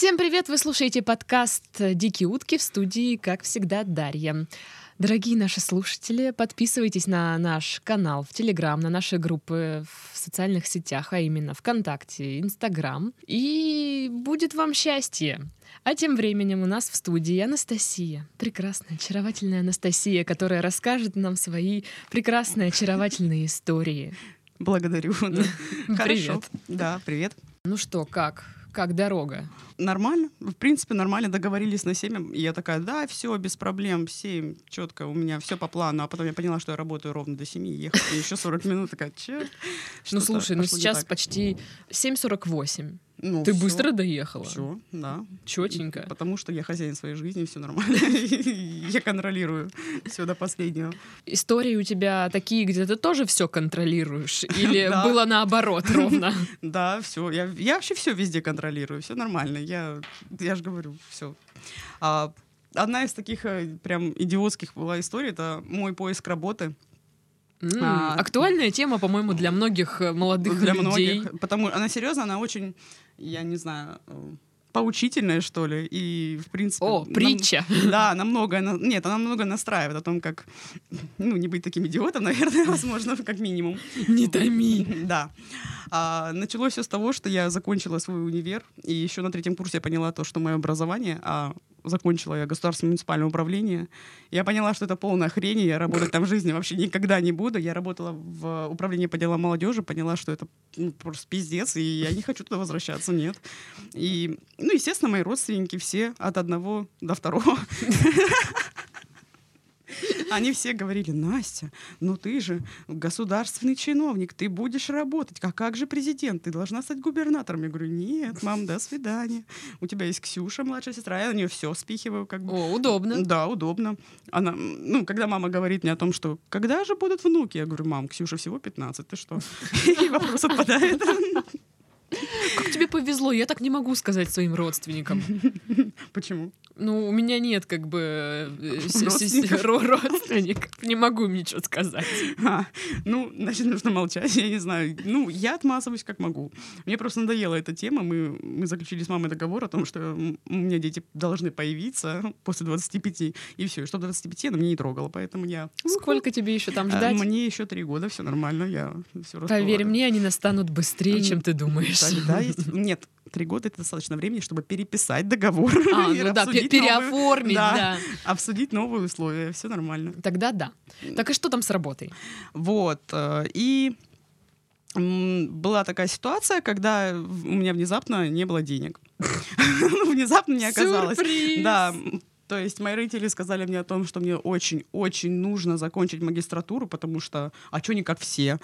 Всем привет! Вы слушаете подкаст «Дикие утки», в студии, как всегда, Дарья. Дорогие наши слушатели, подписывайтесь на наш канал в Телеграм, на наши группы в социальных сетях, а именно ВКонтакте, Инстаграм, и будет вам счастье. А тем временем у нас в студии Анастасия, прекрасная, очаровательная Анастасия, которая расскажет нам свои прекрасные, очаровательные истории. Благодарю. Привет. Да, привет. Ну что, как? Как дорога? Нормально. В принципе, нормально. Договорились на 7. И я такая, да, все, без проблем, 7, четко, у меня все по плану. А потом я поняла, что я работаю ровно до 7, ехать еще 40 минут. Такая, черт. Ну слушай, сейчас почти 7:48. Ну, Ты всё. быстро доехала? Все, да. Чётенько. Потому что я хозяин своей жизни, все нормально. Я контролирую все до последнего. Истории у тебя такие, где ты тоже все контролируешь? Или было наоборот ровно? Да, все. Я вообще все везде контролирую, все нормально. Я же говорю, все. Одна из таких прям идиотских была историй — это мой поиск работы. Актуальная тема, по-моему, для многих молодых для людей. Многих, потому она серьезно, она очень, я не знаю, поучительная, что ли, и, в принципе... О, притча! Да, она много настраивает о том, как, не быть таким идиотом, наверное, возможно, как минимум. Не томи! Да. Началось все с того, что я закончила свой универ, и еще на 3 курсе я поняла то, что мое образование, закончила я государственное муниципальное управление. Я поняла, что это полная хрень, и я работать там в жизни вообще никогда не буду. Я работала в управлении по делам молодежи, поняла, что это просто пиздец, и я не хочу туда возвращаться, нет. И, естественно, мои родственники все от одного до второго. Они все говорили: Настя, ты же государственный чиновник, ты будешь работать. А как же президент? Ты должна стать губернатором. Я говорю: нет, мам, до свидания. У тебя есть Ксюша, младшая сестра, я на нее все спихиваю. О, удобно. Да, удобно. Она, когда мама говорит мне о том, что когда же будут внуки, я говорю: мам, Ксюша всего 15, ты что? И вопрос отпадает. Как тебе повезло, я так не могу сказать своим родственникам. Почему? У меня нет родственников. Не могу им ничего сказать. Значит, нужно молчать, я не знаю. Я отмазываюсь как могу. Мне просто надоела эта тема. Мы заключили с мамой договор о том, что у меня дети должны появиться после 25. И все. И что до 25 она меня не трогала, поэтому я... Сколько тебе еще там ждать? Мне еще 3 года, все нормально. Я все Поверь мне, они настанут быстрее, чем ты думаешь. Да, нет, 3 года — это достаточно времени, чтобы переписать договор. Переоформить, да. Обсудить новые условия, все нормально. Тогда да. Так и что там с работой? Вот. И была такая ситуация, когда у меня внезапно не было денег. Внезапно не оказалось. Сюрприз! Да. То есть мои родители сказали мне о том, что мне очень-очень нужно закончить магистратуру, потому что, что не как все.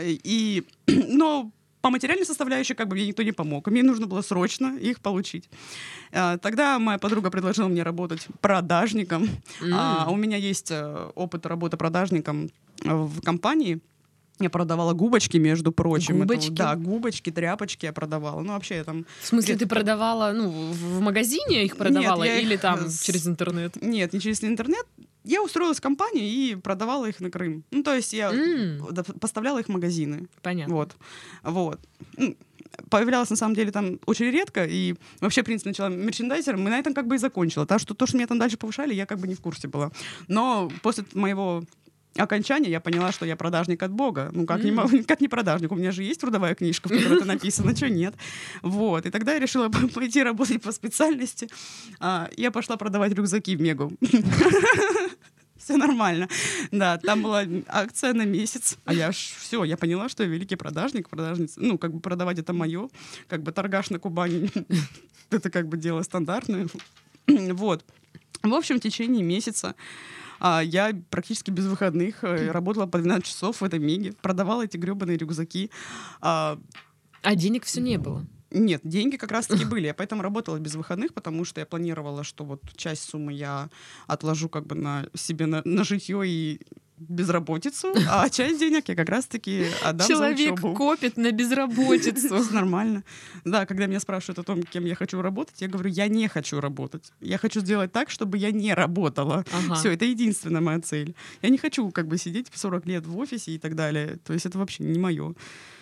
Но по материальной составляющей мне никто не помог. Мне нужно было срочно их получить. Тогда моя подруга предложила мне работать продажником. У меня есть опыт работы продажником в компании. Я продавала губочки, между прочим. Губочки? Да, губочки, тряпочки я продавала. Вообще я там... В смысле, ты продавала, в магазине их продавала? Нет, или там через интернет? Нет, не через интернет. Я устроилась в компанию и продавала их на Крым. То есть я поставляла их в магазины. Понятно. Вот. Появлялась, на самом деле, там очень редко. И вообще, в принципе, начала мерчендайзером. И на этом и закончила. То, что меня там дальше повышали, я не в курсе была. Но после моего окончания я поняла, что я продажник от Бога. Как не продажник? У меня же есть трудовая книжка, в которой это написано, что нет. Вот. И тогда я решила пойти работать по специальности. Я пошла продавать рюкзаки в Мегу. Все нормально. Да, там была акция на месяц. Я поняла, что я великий продажник, продажница. Продавать это мое. Торгаш на Кубани — это дело стандартное. Вот. В общем, в течение месяца я практически без выходных работала по 12 часов в этой Меге, продавала эти гребаные рюкзаки. А денег все не было? Нет, деньги как раз-таки были. Я поэтому работала без выходных, потому что я планировала, что часть суммы я отложу себе на житье и безработицу, а часть денег я как раз-таки отдам за учебу. Человек копит на безработицу. Нормально. Да, когда меня спрашивают о том, кем я хочу работать, я говорю: я не хочу работать. Я хочу сделать так, чтобы я не работала. Все, это единственная моя цель. Я не хочу сидеть 40 лет в офисе и так далее. То есть это вообще не мое.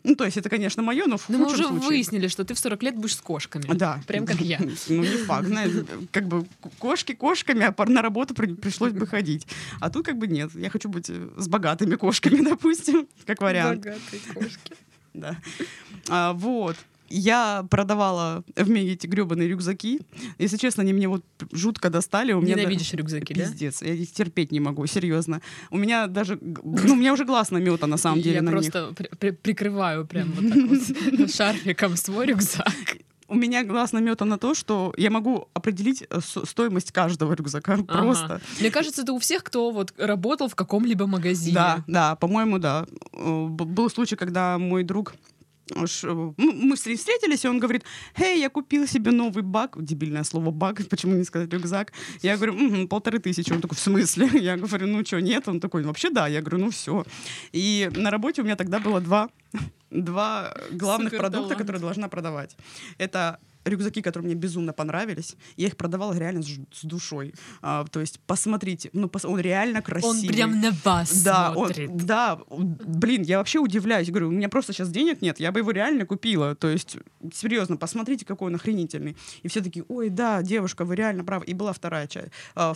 Ну, то есть это, конечно, мое, но в Но мы худшем уже случае. выяснили, что ты в 40 лет будешь с кошками. Да. Прям как я. Ну, не факт. Знаешь, как бы кошки кошками, а на работу пришлось бы ходить. А тут как бы нет. Я хочу быть с богатыми кошками, допустим, как вариант. Богатые кошки. Да. Вот. Я продавала в Меге эти гребаные рюкзаки. Если честно, они мне вот жутко достали. У меня Ненавидишь рюкзаки, да? Пиздец, я их терпеть не могу, серьезно. У меня даже, у меня уже глаз намета на самом деле я на них. просто прикрываю прям вот так вот шарфиком свой рюкзак. У меня глаз наметан на то, что я могу определить стоимость каждого рюкзака. Просто. Мне кажется, это у всех, кто вот работал в каком-либо магазине. Да, по-моему, да. Был случай, когда мой друг... Мы встретились, и он говорит: «Хей, я купил себе новый баг». Дебильное слово «баг», почему не сказать «рюкзак». Я говорю: 1500. Он такой: «В смысле?» Я говорю: «Ну что, нет?» Он такой: «Вообще да». Я говорю: «Ну все». И на работе у меня тогда было два главных продукта, которые должна продавать. Это рюкзаки, которые мне безумно понравились. Я их продавала реально с душой. То есть, посмотрите, он реально красивый. Он прям на вас смотрит. Блин, я вообще удивляюсь. Говорю, у меня просто сейчас денег нет, я бы его реально купила. То есть, серьезно, посмотрите, какой он охренительный. И все такие: «Ой, да, девушка, вы реально правы». И была вторая часть.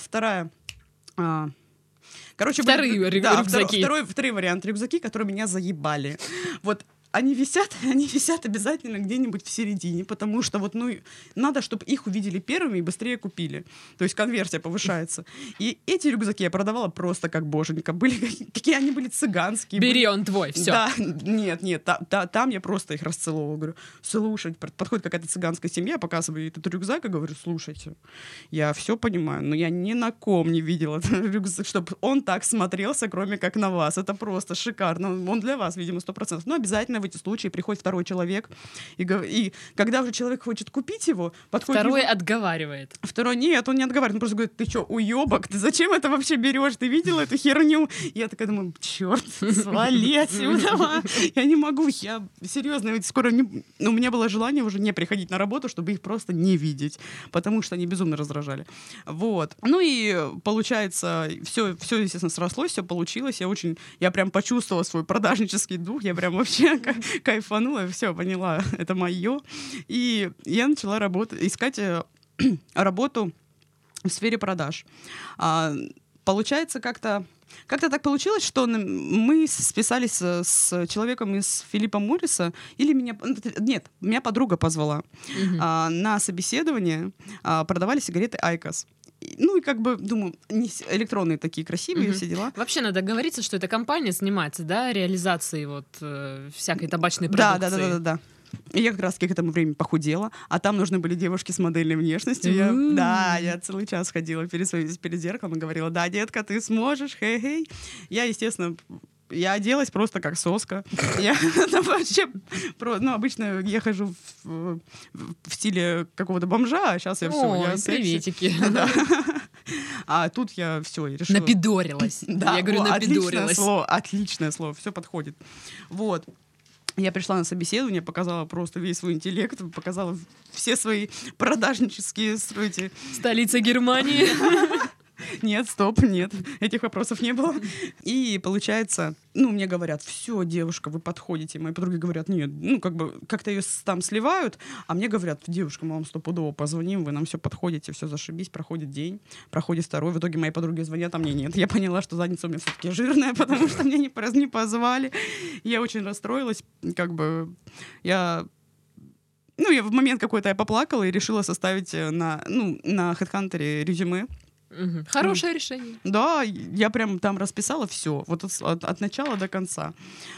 Короче, рюкзаки. Второй вариант рюкзаки, которые меня заебали. Вот они висят обязательно где-нибудь в середине, потому что вот, надо, чтобы их увидели первыми и быстрее купили. То есть конверсия повышается. И эти рюкзаки я продавала просто как боженька. Какие они были цыганские. Бери, он твой, все. Да, нет, там я просто их расцеловывала. Говорю: слушай, подходит какая-то цыганская семья, показываю ей этот рюкзак и говорю: слушайте, я все понимаю, но я ни на ком не видела этот рюкзак, чтобы он так смотрелся, кроме как на вас. Это просто шикарно. Он для вас, видимо, 100%. Но обязательно в эти случаи приходит второй человек, и когда уже человек хочет купить его, подходит... Второй отговаривает. Второй нет, он не отговаривает, он просто говорит: ты что, уёбок, ты зачем это вообще берешь? Ты видела эту херню? Я такая думаю: черт, свали отсюда. Я не могу, я серьезно, ведь скоро у меня было желание уже не приходить на работу, чтобы их просто не видеть, потому что они безумно раздражали. Вот. Ну и получается, все, естественно, срослось, все получилось. Я прям почувствовала свой продажнический дух, я прям вообще кайфанула, все, поняла, это мое. И я начала искать работу в сфере продаж. Получается, как-то так получилось, что мы списались с человеком из Филиппа Морриса, или меня подруга позвала на собеседование, продавали сигареты Айкос. Ну и как бы, думаю, электронные такие красивые, все дела. Вообще надо говориться, что эта компания занимается, да, реализацией вот всякой табачной продукции. Да. И я как раз к этому времени похудела, а там нужны были девушки с модельной внешностью. Я целый час ходила перед зеркалом и говорила: да, детка, ты сможешь, хей-хей. Я, естественно, я оделась просто как соска. Обычно я хожу в стиле какого-то бомжа, а сейчас я все. Ой, приветики. А тут я все решила. Напидорилась. Я говорю, напидорилась. Отличное слово, все подходит. Вот. Я пришла на собеседование, показала просто весь свой интеллект, показала все свои продажнические эти... Столица Германии. Нет, стоп, нет, этих вопросов не было. И получается, мне говорят: все, девушка, вы подходите. Мои подруги говорят: нет, как-то ее там сливают, а мне говорят: девушка, мы вам стопудово позвоним, вы нам все подходите, все зашибись. Проходит день, проходит второй, в итоге мои подруги звонят, а мне нет. Я поняла, что задница у меня все-таки жирная, потому что меня не позвали. Я очень расстроилась, я в момент какой-то я поплакала и решила составить на HeadHunter резюме. Хорошее решение. Да, я прям там расписала все, вот от начала до конца.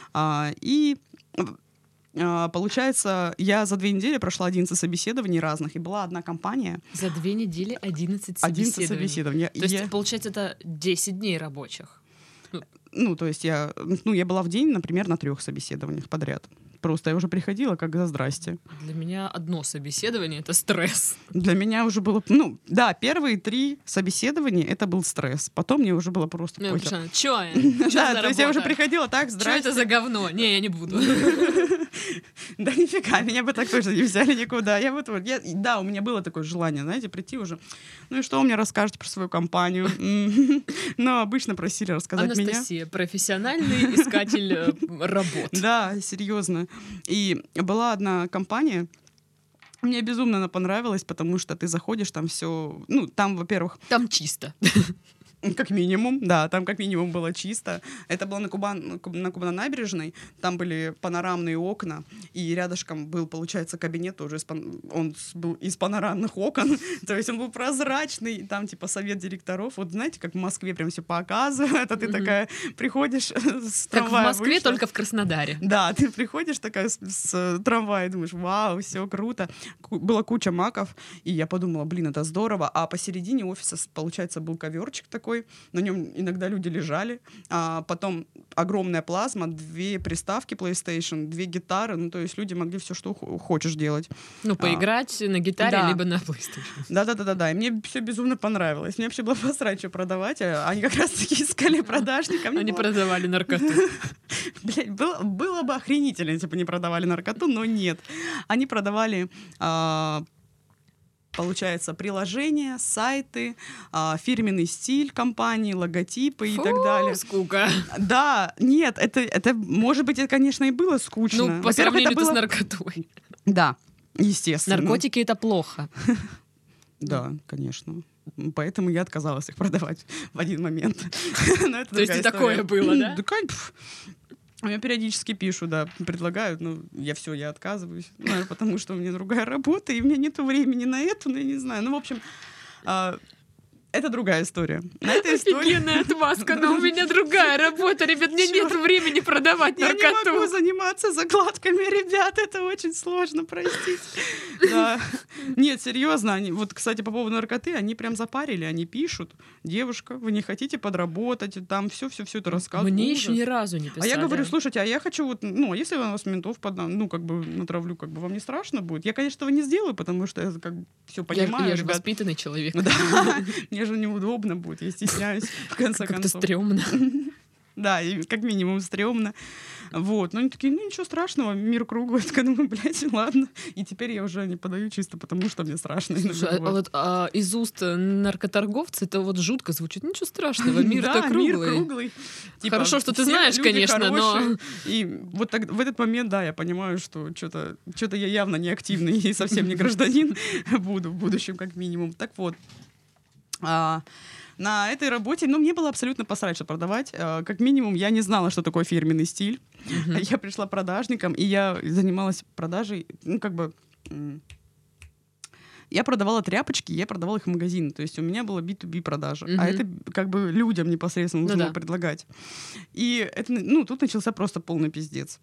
Получается, я за 2 недели прошла 11 собеседований разных, и была одна компания. За 2 недели 11 собеседований. 11 собеседований. То есть, получается, это 10 дней рабочих. То есть я была в день, например, на 3 собеседованиях подряд. Просто я уже приходила как за здрасте. Для меня одно собеседование — это стресс. Для меня уже было... первые 3 собеседования — это был стресс. Потом мне уже было просто похер. Чё я? Да, то есть я уже приходила так, здрасте. Что это за говно? Не, я не буду. Да нифига, меня бы так точно не взяли никуда. У меня было такое желание, знаете, прийти уже. Ну и что вы мне расскажете про свою компанию? Но обычно просили рассказать меня. Анастасия, профессиональный искатель работ. Да, серьезно. И была одна компания, мне безумно она понравилась, потому что ты заходишь, там все, ну, там, во-первых... Там чисто. Как минимум, да, там как минимум было чисто. Это было на Кубано-набережной, там были панорамные окна, и рядышком был, получается, кабинет тоже, он был из панорамных окон, то есть он был прозрачный, там типа совет директоров, вот знаете, как в Москве прям все показывают, а ты такая приходишь с трамвая. Как в Москве, вышла. Только в Краснодаре. Да, ты приходишь такая с трамвая, думаешь, вау, все круто. Была куча маков, и я подумала, блин, это здорово, а посередине офиса, получается, был коверчик такой, на нем иногда люди лежали, а потом огромная плазма, 2 приставки PlayStation, 2 гитары, ну то есть люди могли все, что хочешь делать. Ну, поиграть на гитаре, да. Либо на PlayStation. Да, и мне все безумно понравилось. Мне вообще было посрать, что продавать, а они как раз-таки искали продажника. Они продавали наркоту. Блять, было бы охренительно, если бы не продавали наркоту, но нет. Они продавали... получается, приложения, сайты, фирменный стиль компании, логотипы и так далее. Скука. Да, нет, это может быть, это, конечно, и было скучно. Ну, по сравнению это было... с наркотой. Да, естественно. Наркотики — это плохо. Да, конечно. Поэтому я отказалась их продавать в один момент. То есть и такое было, да? Да, мне периодически пишут, да, предлагают, но я отказываюсь, потому что у меня другая работа, и у меня нет времени на это, я не знаю. Ну, в общем, это другая история. Офигенная отмазка, но у меня другая работа, ребят, мне нет времени продавать наркоту. Я не могу заниматься закладками, ребят, это очень сложно, простите. Да. Нет, серьезно, вот, кстати, по поводу наркоты, они прям запарили, они пишут, девушка, вы не хотите подработать, там все это рассказывают. Мне еще ни разу не писали. А я говорю, слушайте, а я хочу вот, ну, если я вас ментов подам, ну, как бы натравлю, как бы вам не страшно будет? Я, конечно, этого не сделаю, потому что я как бы все понимаю. Я же воспитанный человек. Да, мне же неудобно будет, я стесняюсь, в конце концов. Как-то стрёмно. Да, и как минимум стрёмно. Вот. Но они такие, ну ничего страшного, мир круглый. Я думаю, блядь, ладно. И теперь я уже не подаю чисто потому, что мне страшно. Слушай, вот из уст наркоторговца это вот жутко звучит. Ничего страшного, мир-то круглый. Мир круглый. Типа, хорошо, что ты знаешь, конечно, но... И вот так, в этот момент, да, я понимаю, что что-то я явно не активный и совсем не гражданин буду в будущем, как минимум. Так вот. На этой работе, ну, мне было абсолютно посрать, что продавать. Как минимум, я не знала, что такое фирменный стиль. Я пришла продажником, и я занималась продажей, ну, как бы... Я продавала тряпочки, я продавала их в магазин. То есть у меня была B2B продажа. А это как бы людям непосредственно нужно было предлагать. И это, ну, тут начался просто полный пиздец.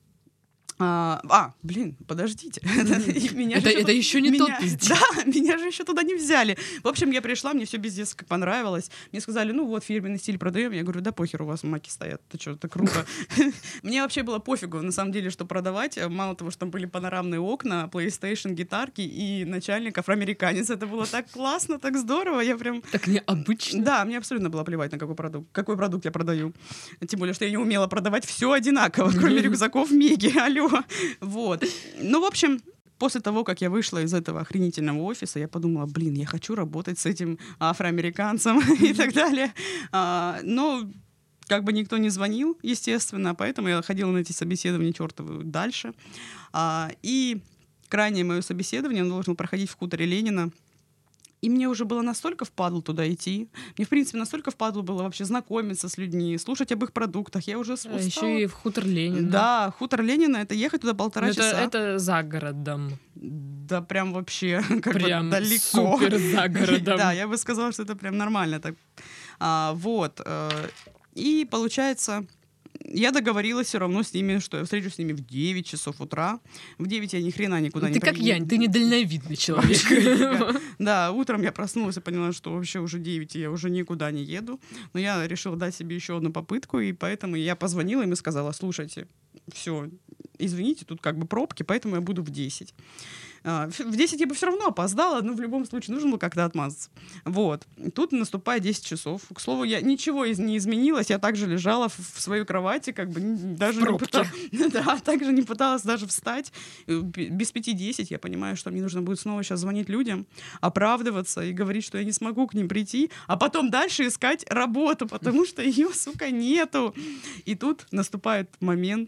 Блин, подождите. Это еще не тот пиздец. Да, меня же еще туда не взяли. В общем, я пришла, мне все пиздец как понравилось. Мне сказали, ну вот, фирменный стиль продаем. Я говорю, да похер, у вас маки стоят. Ты что, это круто. Мне вообще было пофигу, на самом деле, что продавать. Мало того, что там были панорамные окна, PlayStation, гитарки и начальник афроамериканец. Это было так классно, так здорово. Я прям... Так необычно. Да, мне абсолютно было плевать, на какой продукт я продаю. Тем более, что я не умела продавать все одинаково, кроме рюкзаков Меги. Алло. Вот. Ну, в общем, после того, как я вышла из этого охренительного офиса, я подумала, блин, я хочу работать с этим афроамериканцем и так далее. Но как бы никто не звонил, естественно, поэтому я ходила на эти собеседования чертовы дальше. И крайнее мое собеседование, оно должно проходить в хуторе Ленина. И мне уже было настолько впадло туда идти. Мне, в принципе, настолько впадло было вообще знакомиться с людьми, слушать об их продуктах. Я уже устала. Еще и в хутор Ленина. Да, хутор Ленина — это ехать туда 1,5 часа. Это за городом. Да, прям вообще как прям бы далеко. Супер за городом. Да, я бы сказала, что это прям нормально. Так. Вот. И получается... Я договорилась все равно с ними, что я встречусь с ними в 9 часов утра. В 9 я ни хрена никуда не приеду. Ты как Янь, ты недальновидный человек. Да, утром я проснулась и поняла, что вообще уже 9, и я уже никуда не еду. Но я решила дать себе еще одну попытку, и поэтому я позвонила им и сказала, слушайте, все, извините, тут как бы пробки, поэтому я буду в 10. В 10 я бы все равно опоздала, но в любом случае нужно было как-то отмазаться. Вот. Тут наступает 10 часов. К слову, ничего не изменилось. Я также лежала в своей кровати, как бы даже также не пыталась даже встать. Без 5-10 я понимаю, что мне нужно будет снова сейчас звонить людям, оправдываться и говорить, что я не смогу к ним прийти, а потом дальше искать работу, потому что ее, сука, нету. И тут наступает момент,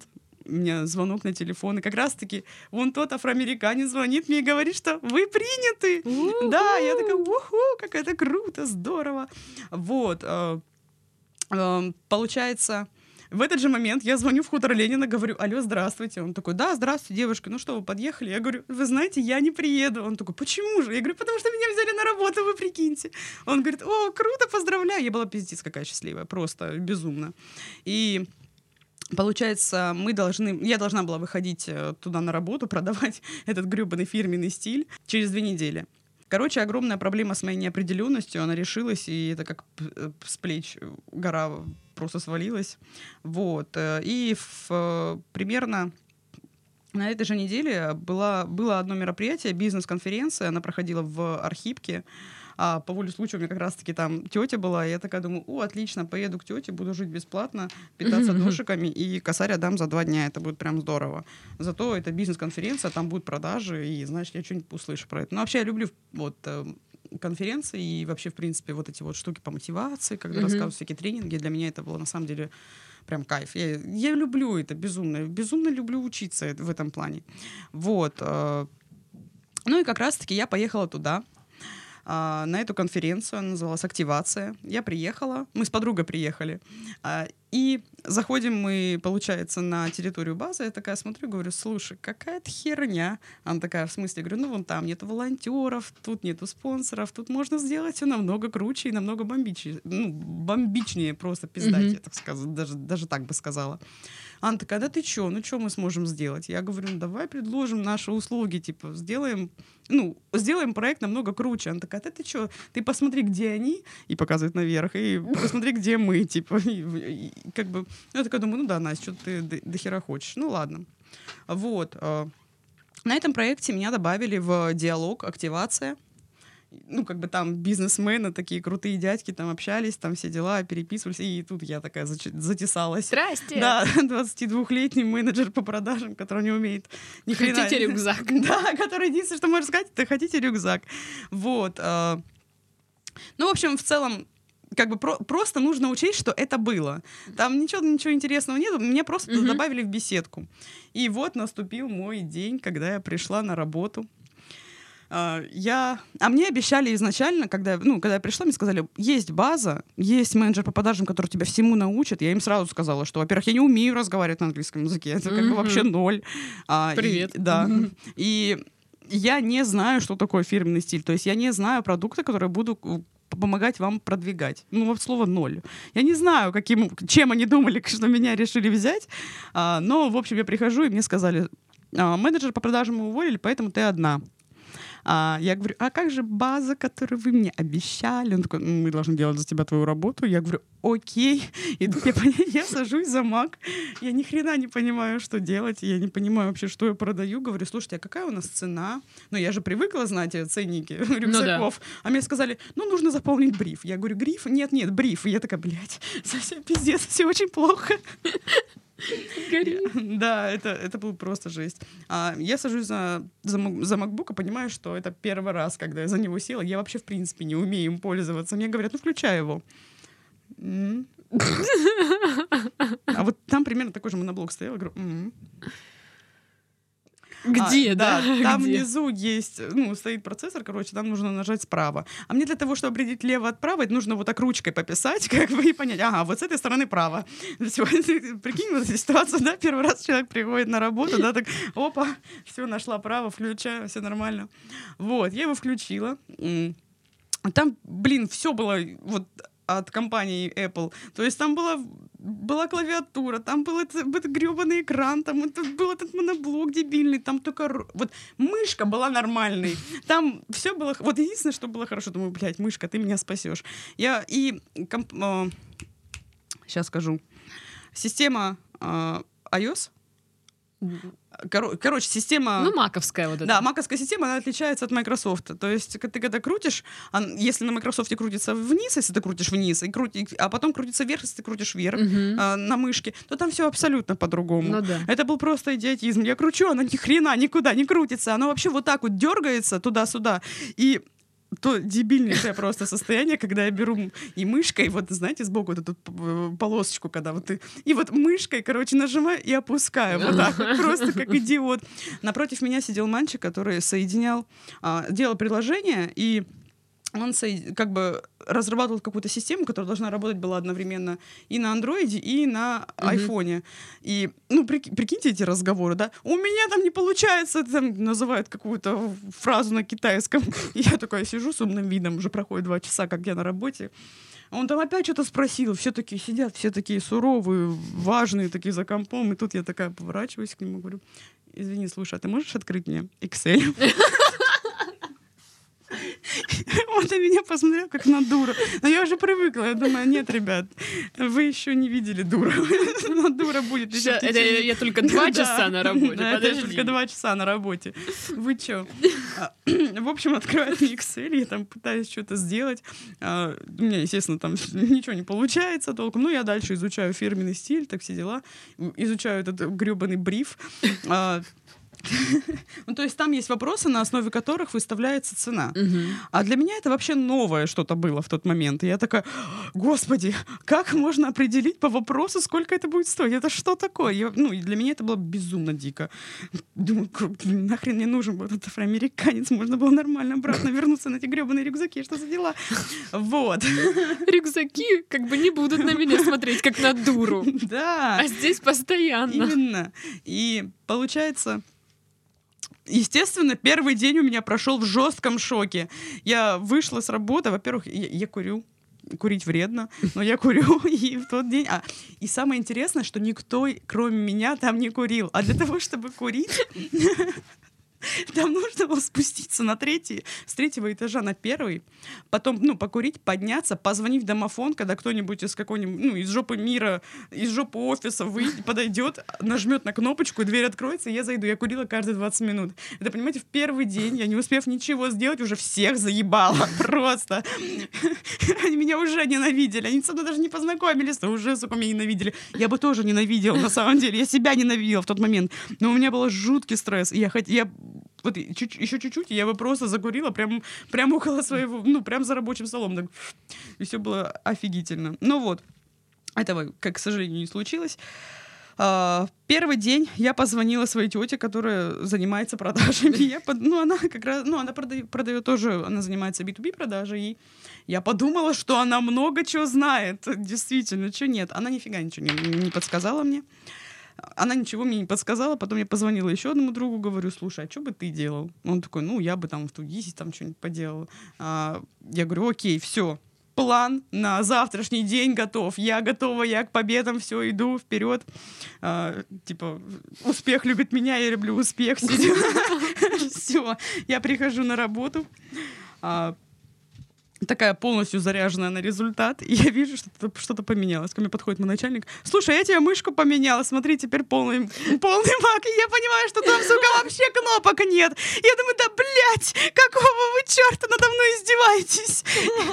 у меня звонок на телефон, и как раз-таки вон тот афроамериканец звонит мне и говорит, что вы приняты. Да, я такая, уху, как это круто, здорово. Вот. Получается... В этот же момент я звоню в хутор Ленина, говорю: алло, здравствуйте. Он такой: да, здравствуйте, девушка, ну что, вы подъехали? Я говорю: вы знаете, я не приеду. Он такой: почему же? Я говорю: потому что меня взяли на работу, вы прикиньте. Он говорит: о, круто, поздравляю. Я была пиздец какая счастливая, просто безумно. И получается, я должна была выходить туда на работу, продавать этот гребаный фирменный стиль через 2 недели. Короче, огромная проблема с моей неопределенностью, она решилась, и это как с плеч гора просто свалилась. Вот. И примерно на этой же неделе было одно мероприятие, бизнес-конференция, она проходила в Архипке. А по воле случая у меня как раз-таки там тетя была, и я такая думаю: о, отлично, поеду к тете, буду жить бесплатно, питаться дошиками, и косарь отдам за 2 дня, это будет прям здорово. Зато это бизнес-конференция, там будут продажи, и, значит, я что-нибудь услышу про это. Ну, вообще, я люблю вот конференции и вообще, в принципе, вот эти вот штуки по мотивации, когда рассказывают всякие тренинги, для меня это было, на самом деле, прям кайф. Я люблю это безумно люблю учиться в этом плане. Вот. Ну и как раз-таки я поехала туда, на эту конференцию, она называлась «Активация». Я приехала, мы с подругой приехали, и заходим мы, получается, на территорию базы. Я такая смотрю, говорю: слушай, какая-то херня. Она такая: в смысле? Я говорю: ну вон там нету волонтеров, тут нету спонсоров, тут можно сделать все намного круче и намного бомбичнее просто пиздать, я так сказать, даже так бы сказала. Она такая: да ты чё, ну что мы сможем сделать? Я говорю: ну давай предложим наши услуги, типа сделаем проект намного круче. Она такая: да ты чё, ты посмотри, где они, и показывает наверх, и посмотри, где мы, типа, и как бы, я такая думаю: ну да, Настя, что ты до хера хочешь, ну ладно. Вот. На этом проекте меня добавили в диалог «Активация». Ну, как бы там бизнесмены, такие крутые дядьки, там общались, там все дела, переписывались, и тут я такая затесалась. Здрасте! Да, 22-летний менеджер по продажам, который не умеет ни хрена. Хотите рюкзак? Да, который единственное, что может сказать, это: хотите рюкзак. Вот. Ну, в общем, в целом, как бы просто нужно учесть, что это было. Там ничего интересного нет, меня просто добавили в беседку. И вот наступил мой день, когда я пришла на работу. Мне обещали изначально, когда я пришла, мне сказали: есть база, есть менеджер по продажам, который тебя всему научит. Я им сразу сказала, что, во-первых, я не умею разговаривать на английском языке, это как бы вообще ноль. Привет. Да. И я не знаю, что такое фирменный стиль. То есть я не знаю продукта, которые буду помогать вам продвигать. Ну, вот слово ноль. Я не знаю, чем они думали, что меня решили взять. Но, в общем, я прихожу, и мне сказали: менеджер по продажам мы уволили, поэтому ты одна. Я говорю: а как же база, которую вы мне обещали? Он такой: мы должны делать за тебя твою работу. Я говорю: окей. И тут я сажусь за Mac. Я ни хрена не понимаю, что делать. Я не понимаю вообще, что я продаю. Говорю: слушайте, а какая у нас цена? Ну, я же привыкла знать ценники рюкзаков. Да. А мне сказали: ну, нужно заполнить бриф. Я говорю: гриф? Нет, бриф. И я такая: блядь, совсем пиздец, все очень плохо. Да, это был просто жесть. Я сажусь за MacBook и понимаю, что это первый раз, когда я за него села. Я вообще, в принципе, не умею им пользоваться. Мне говорят: ну, включай его. А вот там примерно такой же моноблок стоял. Я говорю: Где, да? Там внизу есть, стоит процессор, короче, там нужно нажать справа. А мне для того, чтобы определить лево от права, это нужно вот так ручкой пописать, как бы, и понять: ага, вот с этой стороны право. Все, прикинь, вот эта ситуация, да, первый раз человек приходит на работу, да, так, опа, все, нашла право, включаю, все нормально. Вот, я его включила. Там, все было вот от компании Apple. То есть там была клавиатура, там был этот гребаный экран, там был этот моноблок дебильный, там только... Вот мышка была нормальной. Там все было... Вот единственное, что было хорошо, думаю: блядь, мышка, ты меня спасешь. Сейчас скажу. Система iOS. Короче, система... Ну, маковская вот эта. Да, маковская система, она отличается от Microsoft. То есть ты когда крутишь, если на Microsoft крутится вниз, если ты крутишь вниз, а потом крутится вверх, если ты крутишь вверх на мышке, то там все абсолютно по-другому. Ну, да. Это был просто идиотизм. Я кручу, она ни хрена никуда не крутится. Она вообще вот так вот дергается туда-сюда. И то дебильнейшее просто состояние, когда я беру и мышкой, вот, знаете, сбоку вот эту полосочку, когда вот ты... И вот мышкой, короче, нажимаю и опускаю. Вот так вот, просто как идиот. Напротив меня сидел мальчик, который соединял, делал приложение, и он как бы разрабатывал какую-то систему, которая должна работать была одновременно и на андроиде, и на айфоне. И, ну, прикиньте эти разговоры, да? У меня там не получается, там называют какую-то фразу на китайском. И я такая сижу с умным видом, уже проходит 2 часа, как я на работе. Он там опять что-то спросил, все такие сидят, все такие суровые, важные, такие за компом. И тут я такая поворачиваюсь к нему, говорю: извини, слушай, а ты можешь открыть мне Excel? Он на меня посмотрел, как на дуру. Но я уже привыкла. Я думаю, нет, ребят, вы еще не видели дуру. Но дура будет еще. Это я только 2 часа на работе. Да, это только 2 часа на работе. Вы чё? В общем, открываю Excel, я там пытаюсь что-то сделать. У меня, естественно, там ничего не получается толком. Ну, я дальше изучаю фирменный стиль, так все дела. Изучаю этот грёбаный бриф. Ну, то есть там есть вопросы, на основе которых выставляется цена. А для меня это вообще новое что-то было в тот момент. И я такая: господи, как можно определить по вопросу, сколько это будет стоить? Это что такое? Ну, и для меня это было безумно дико. Думаю, нахрен мне нужен был этот афроамериканец? Можно было нормально обратно вернуться на эти гребаные рюкзаки. Что за дела? Вот. Рюкзаки как бы не будут на меня смотреть, как на дуру. Да. А здесь постоянно. Именно. И получается... Естественно, первый день у меня прошел в жестком шоке. Я вышла с работы, во-первых, я курю. Курить вредно, но я курю, и в тот день... И самое интересное, что никто, кроме меня, там не курил. А для того, чтобы курить... Там нужно было спуститься с 3-го этажа на 1-й, потом, ну, покурить, подняться, позвонить в домофон, когда кто-нибудь из какой-нибудь, ну, из жопы мира, из жопы офиса подойдет, нажмет на кнопочку, и дверь откроется, и я зайду. Я курила каждые 20 минут. Это, понимаете, в первый день, я не успев ничего сделать, уже всех заебала просто. Они меня уже ненавидели. Они со мной даже не познакомились, но уже, сука, меня ненавидели. Я бы тоже ненавидела, на самом деле. Я себя ненавидела в тот момент. Но у меня был жуткий стресс. И я вот еще чуть-чуть, и я бы просто закурила прям около своего, ну, прям за рабочим столом. Так, и все было офигительно. Ну вот, этого, как, к сожалению, не случилось. Первый день я позвонила своей тете, которая занимается продажами. Она как раз, она продает тоже, она занимается B2B продажей. И я подумала, что она много чего знает. Действительно, чего нет. Она нифига ничего не подсказала мне. Она ничего мне не подсказала, потом я позвонила еще одному другу, говорю: слушай, а что бы ты делал? Он такой: ну, я бы там в Тугисе там что-нибудь поделал. Я говорю: окей, все, план на завтрашний день готов, я готова, я к победам, все, иду вперед. Типа, успех любит меня, я люблю успех. Все, я прихожу на работу, такая полностью заряженная на результат, и я вижу, что что-то поменялось. Ко мне подходит мой начальник: слушай, я тебе мышку поменяла, смотри, теперь полный маг. И я понимаю, что там, сука, вообще кнопок нет. Я думаю: да, блядь, какого вы черта надо мной издеваетесь?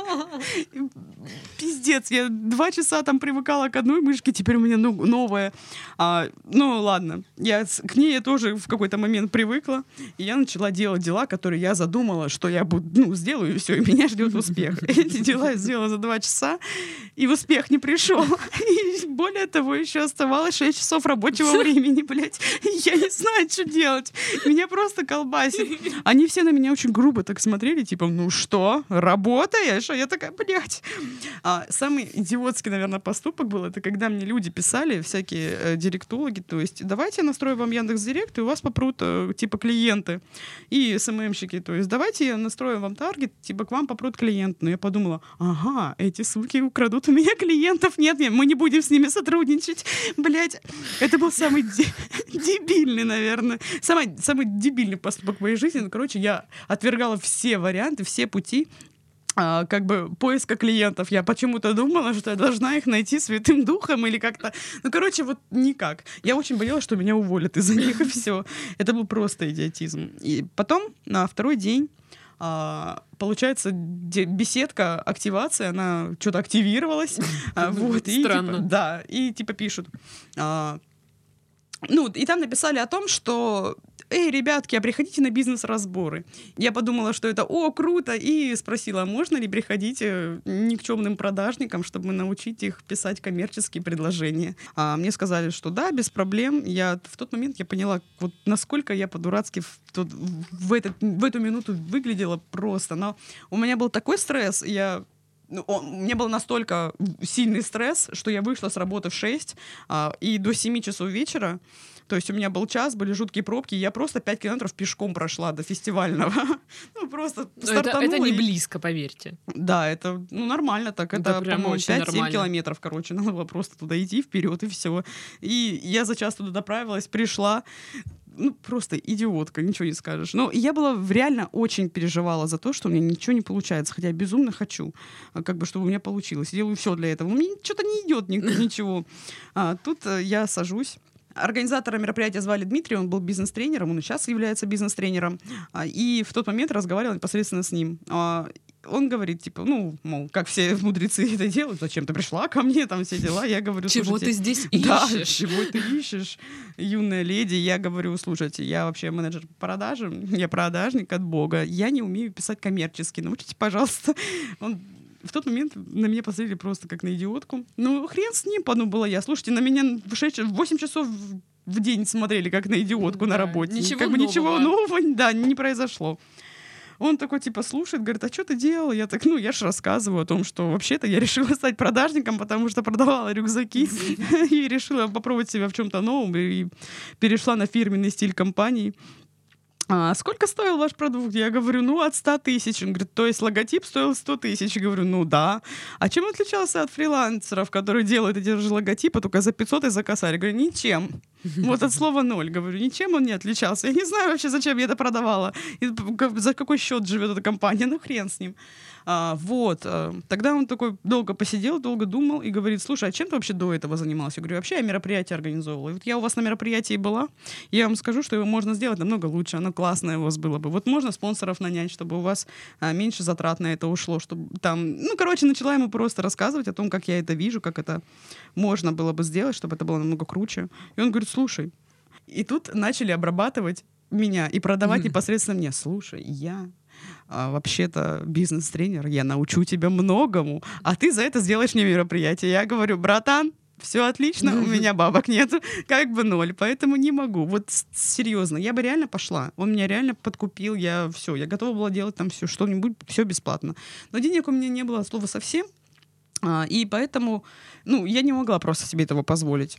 Пиздец, я 2 часа там привыкала к одной мышке, теперь у меня новая. Ну, ладно, к ней я тоже в какой-то момент привыкла, и я начала делать дела, которые я задумала, что я сделаю, и все, и меня ждет успех. Эти дела я сделала за 2 часа, и успех не пришел. И более того, еще оставалось 6 часов рабочего времени, блядь. Я не знаю, что делать. Меня просто колбасит. Они все на меня очень грубо так смотрели, типа: ну что, работаешь? А я такая: блядь. Самый идиотский, наверное, поступок был, это когда мне люди писали, всякие директологи, то есть: давайте я настрою вам Яндекс.Директ, и у вас попрут типа клиенты. И СММщики, то есть: давайте я настрою вам таргет, типа к вам попрут клиенты. Но я подумала: ага, эти суки украдут у меня клиентов. Нет, мы не будем с ними сотрудничать. Блять, это был самый дебильный, наверное, самый дебильный поступок в моей жизни. Ну, короче, я отвергала все варианты, все пути как бы поиска клиентов. Я почему-то думала, что я должна их найти святым духом или как-то. Ну, короче, вот никак. Я очень боялась, что меня уволят из-за них, и все. Это был просто идиотизм. И потом, на второй день, получается, беседка, активация, она что-то активировалась. Вот, и, странно. Типа, да, и типа пишут: Ну, и там написали о том, что «Эй, ребятки, а приходите на бизнес-разборы». Я подумала, что это «О, круто!» и спросила, можно ли приходить никчемным продажникам, чтобы научить их писать коммерческие предложения. А мне сказали, что да, без проблем. В тот момент я поняла, вот насколько я по-дурацки в эту минуту выглядела просто. Но у меня был такой стресс, у меня был настолько сильный стресс, что я вышла с работы в 6 и до 7 часов вечера, то есть у меня был час, были жуткие пробки, я просто 5 километров пешком прошла до фестивального. Ну, просто стартанула. Это не близко, поверьте. Да, это нормально так. Это, по-моему, 5-7 километров, короче. Надо было просто туда идти, вперед и все. И я за час туда доправилась, пришла. Ну, просто идиотка, ничего не скажешь. Но я реально очень переживала за то, что у меня ничего не получается, хотя я безумно хочу, как бы, чтобы у меня получилось. Делаю все для этого. У меня что-то не идет ничего. Тут я сажусь. Организатора мероприятия звали Дмитрий, он был бизнес-тренером, он и сейчас является бизнес-тренером. И в тот момент разговаривала непосредственно с ним. Он говорит, типа, ну, мол, как все мудрецы это делают, зачем ты пришла ко мне, там все дела. Я говорю, чего ты здесь ищешь? Да, чего ты ищешь, юная леди. Я говорю, слушайте, я вообще менеджер по продажам, я продажник от Бога, я не умею писать коммерчески, научите, пожалуйста. В тот момент на меня посмотрели просто как на идиотку. Ну, хрен с ним, подумала я. Слушайте, на меня в 8 часов в день смотрели как на идиотку на работе. Ничего нового, да, не произошло. Он такой, типа, слушает, говорит, а что ты делал? Я так, я же рассказываю о том, что вообще-то я решила стать продажником, потому что продавала рюкзаки и решила попробовать себя в чем-то новом и перешла на фирменный стиль компании. Сколько стоил ваш продукт? Я говорю, от 100 тысяч. Он говорит, то есть логотип стоил 100 тысяч? Я говорю, да. А чем отличался от фрилансеров, которые делают эти же логотипы, только за 500 и за косарь? Я говорю, ничем. Вот от слова ноль. Говорю, ничем он не отличался. Я не знаю вообще, зачем я это продавала. И за какой счет живет эта компания. Ну, хрен с ним. Тогда он такой долго посидел, долго думал и говорит, слушай, а чем ты вообще до этого занимался? Я говорю, вообще я мероприятие организовывала. И вот я у вас на мероприятии была, я вам скажу, что его можно сделать намного лучше, оно классное у вас было бы. Вот можно спонсоров нанять, чтобы у вас меньше затрат на это ушло, чтобы там... начала ему просто рассказывать о том, как я это вижу, как это можно было бы сделать, чтобы это было намного круче. И он говорит, слушай. И тут начали обрабатывать меня и продавать непосредственно мне. Слушай, я... вообще-то бизнес-тренер, я научу тебя многому, а ты за это сделаешь мне мероприятие. Я говорю, братан, все отлично, у меня бабок нету, как бы ноль, поэтому не могу. Вот серьезно, я бы реально пошла. Он меня реально подкупил, я готова была делать там все, что-нибудь, все бесплатно. Но денег у меня не было от слова совсем, и поэтому, я не могла просто себе этого позволить.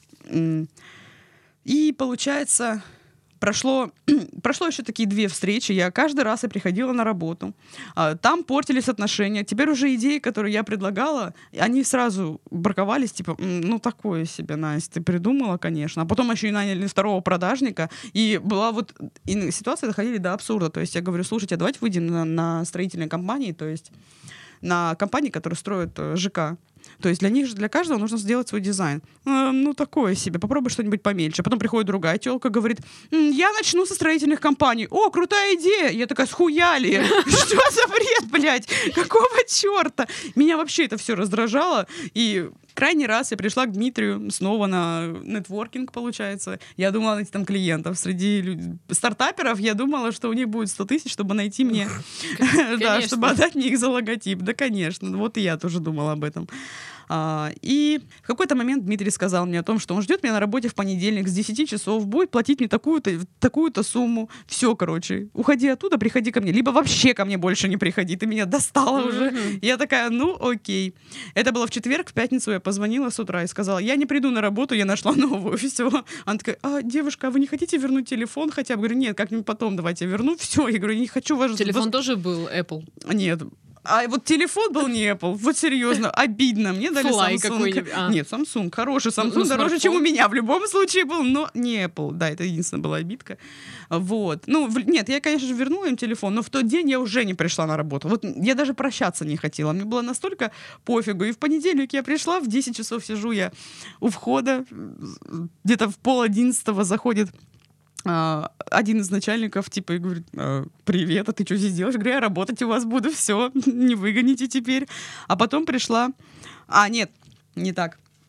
И получается... Прошло еще такие 2 встречи. Я каждый раз приходила на работу. Там портились отношения. Теперь уже идеи, которые я предлагала, они сразу браковались, типа, такое себе, Настя, ты придумала, конечно. А потом еще и наняли второго продажника. И ситуации доходили до абсурда. То есть я говорю, слушайте, давайте выйдем на строительные компании, то есть на компании, которые строят ЖК. То есть для каждого нужно сделать свой дизайн. Такое себе. Попробуй что-нибудь помельче. Потом приходит другая тёлка, говорит, я начну со строительных компаний. О, крутая идея. Я такая, схуяли. Что за бред, блядь? Какого черта? Меня вообще это все раздражало. И крайний раз я пришла к Дмитрию снова на нетворкинг, получается. Я думала найти там клиентов. Среди стартаперов я думала, что у них будет 100 тысяч, чтобы найти мне... Да, чтобы отдать мне их за логотип. Да, конечно. Вот и я тоже думала об этом. И в какой-то момент Дмитрий сказал мне о том, что он ждет меня на работе в понедельник с 10 часов, будет платить мне такую-то сумму. Все, короче, уходи оттуда, приходи ко мне. Либо вообще ко мне больше не приходи, ты меня достала уже. Я такая, окей. Это было в четверг, в пятницу я позвонила с утра и сказала, я не приду на работу, я нашла новую, все. Она такая, девушка, а вы не хотите вернуть телефон хотя бы? Я говорю, нет, как-нибудь потом давайте я верну. Все, я говорю, не хочу вас... Телефон тоже был Apple? Нет. А вот телефон был не Apple. Вот серьезно, обидно. Мне дали Fly Samsung. какой-нибудь. Нет, Samsung. Хороший Samsung. Дороже, чем у меня в любом случае был, но не Apple. Да, это единственная была обидка. Вот. Нет, я, конечно же, вернула им телефон, но в тот день я уже не пришла на работу. Вот я даже прощаться не хотела. Мне было настолько пофигу. И в понедельник я пришла, в 10 часов сижу я у входа. Где-то в 10:30 заходит один из начальников, типа, и говорит, привет, а ты что здесь делаешь? Говорю, я работать у вас буду, все, не выгоните теперь. А потом пришла... нет, не так.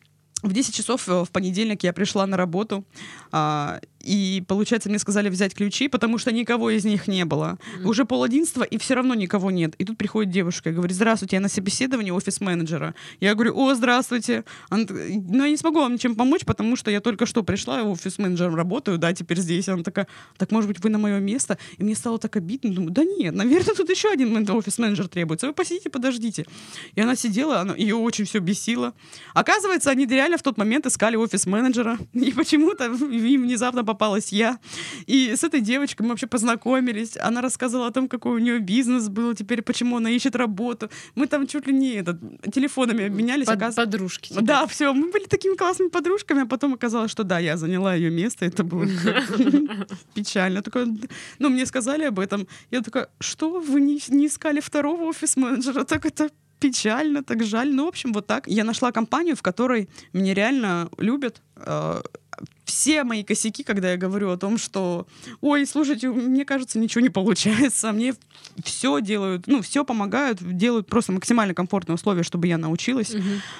В 10 часов в понедельник я пришла на работу, и, получается, мне сказали взять ключи, потому что никого из них не было. Уже 10:30, и все равно никого нет. И тут приходит девушка и говорит: здравствуйте, я на собеседовании офис-менеджера. Я говорю: о, здравствуйте. Она, ну, я не смогу вам ничем помочь, потому что я только что пришла, я офис-менеджером работаю, да, теперь здесь. Она такая: так, может быть, вы на мое место? И мне стало так обидно. Думаю: да нет, наверное, тут еще один офис-менеджер требуется. Вы посидите, подождите. И она сидела, ее очень все бесило. Оказывается, они реально в тот момент искали офис-менеджера. И почему-то им внезапно попалась я. И с этой девочкой мы вообще познакомились. Она рассказывала о том, какой у нее бизнес был, теперь почему она ищет работу. Мы там чуть ли не телефонами обменялись. Подружки. Теперь. Да, все. Мы были такими классными подружками, а потом оказалось, что да, я заняла ее место. Это было печально. Ну, мне сказали об этом. Я такая: что, вы не искали второго офис-менеджера? Так это печально, так жаль. Ну, в общем, вот так. Я нашла компанию, в которой меня реально любят. Все мои косяки, когда я говорю о том, что: ой, слушайте, мне кажется, ничего не получается, мне все делают, ну, все помогают, делают просто максимально комфортные условия, чтобы я научилась.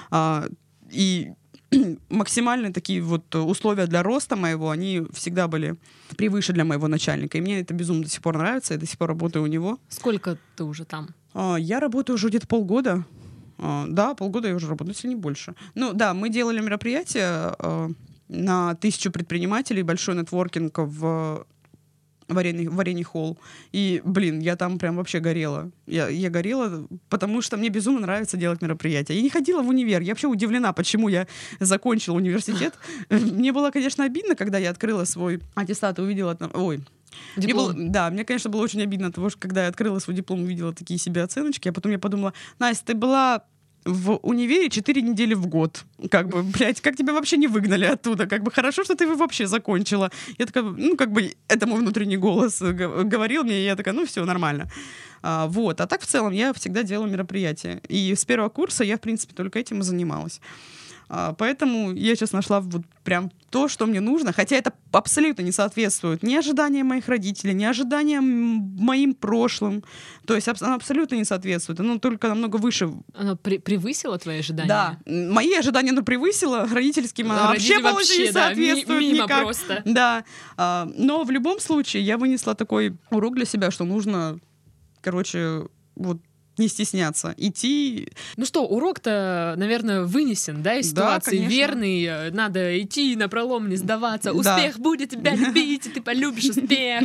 И максимальные такие вот условия для роста моего, они всегда были превыше для моего начальника. И мне это безумно до сих пор нравится, я до сих пор работаю у него. Сколько ты уже там? Я работаю уже где-то полгода. Да, полгода я уже работаю, если не больше. Ну да, мы делали мероприятие на 1000 предпринимателей, большой нетворкинг в Варенье Холл. И, блин, я там прям вообще горела. Я горела, потому что мне безумно нравится делать мероприятия. Я не ходила в универ. Я вообще удивлена, почему я закончила университет. Мне было, конечно, обидно, когда я открыла свой аттестат и увидела там... Ой, мне, конечно, было очень обидно от того, что когда я открыла свой диплом, увидела такие себе оценочки, а потом я подумала: Настя, ты была в универе 4 недели в год. Как бы, блядь, как тебя вообще не выгнали оттуда? Как бы хорошо, что ты его вообще закончила. Я такая, ну, как бы, это мой внутренний голос говорил мне, и я такая: ну, все, нормально. Вот. А так, в целом, я всегда делала мероприятия. И с первого курса я, в принципе, только этим и занималась. Поэтому я сейчас нашла вот прям то, что мне нужно, хотя это абсолютно не соответствует ни ожиданиям моих родителей, ни ожиданиям моим прошлым. То есть оно абсолютно не соответствует. Оно только намного выше. Оно превысило твои ожидания? Да. Мои ожидания оно превысило, родительским оно вообще не соответствует мимо никак. Просто. Да. Но в любом случае я вынесла такой урок для себя, что нужно, короче, вот не стесняться, идти. Ну что, урок-то, наверное, вынесен, да, из ситуации. Да, верный, надо идти напролом, не сдаваться. Успех будет тебя любить, и ты полюбишь успех.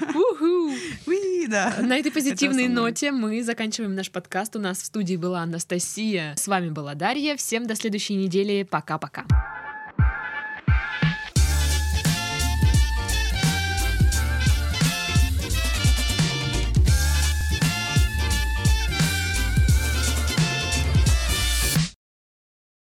На этой позитивной ноте мы заканчиваем наш подкаст. У нас в студии была Анастасия, с вами была Дарья. Всем до следующей недели. Пока-пока.